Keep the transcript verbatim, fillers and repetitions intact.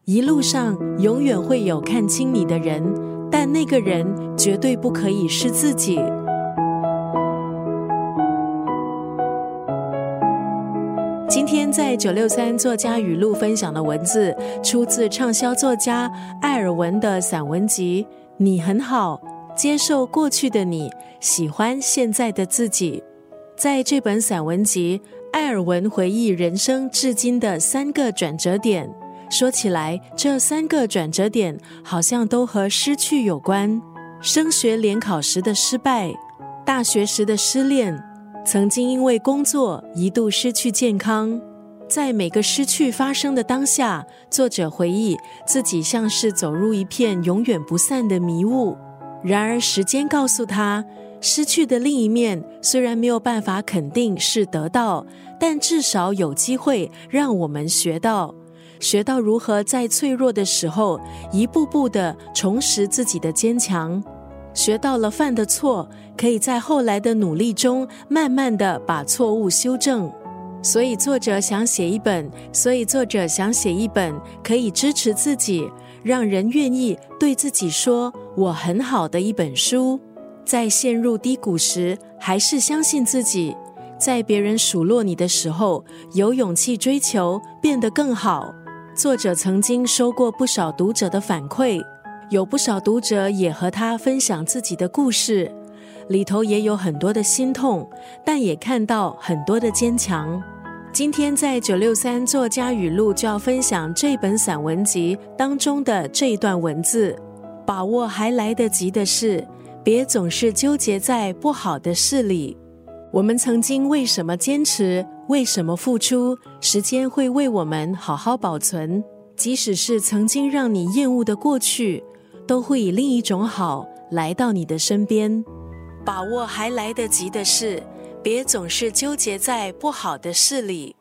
一路上永远会有看清你的人，但那个人绝对不可以是自己。今天在九六三作家语录分享的文字，出自畅销作家艾尔文的散文集《你很好，接受过去的你，喜欢现在的自己》。在这本散文集，艾尔文回忆人生至今的三个转折点。说起来，这三个转折点好像都和失去有关：升学联考时的失败，大学时的失恋，曾经因为工作一度失去健康。在每个失去发生的当下，作者回忆自己像是走入一片永远不散的迷雾。然而时间告诉他，失去的另一面虽然没有办法肯定是得到，但至少有机会让我们学到学到如何在脆弱的时候一步步地重拾自己的坚强，学到了犯的错可以在后来的努力中慢慢地把错误修正。所以作者想写一本所以作者想写一本可以支持自己，让人愿意对自己说我很好的一本书。在陷入低谷时，还是相信自己，在别人数落你的时候，有勇气追求变得更好。作者曾经收过不少读者的反馈，有不少读者也和他分享自己的故事，里头也有很多的心痛，但也看到很多的坚强。今天在九六三作家语录就要分享这本散文集当中的这一段文字：把握还来得及的事，别总是纠结在不好的事里。我们曾经为什么坚持，为什么付出，时间会为我们好好保存。即使是曾经让你厌恶的过去，都会以另一种好来到你的身边。把握还来得及的事，别总是纠结在不好的事里。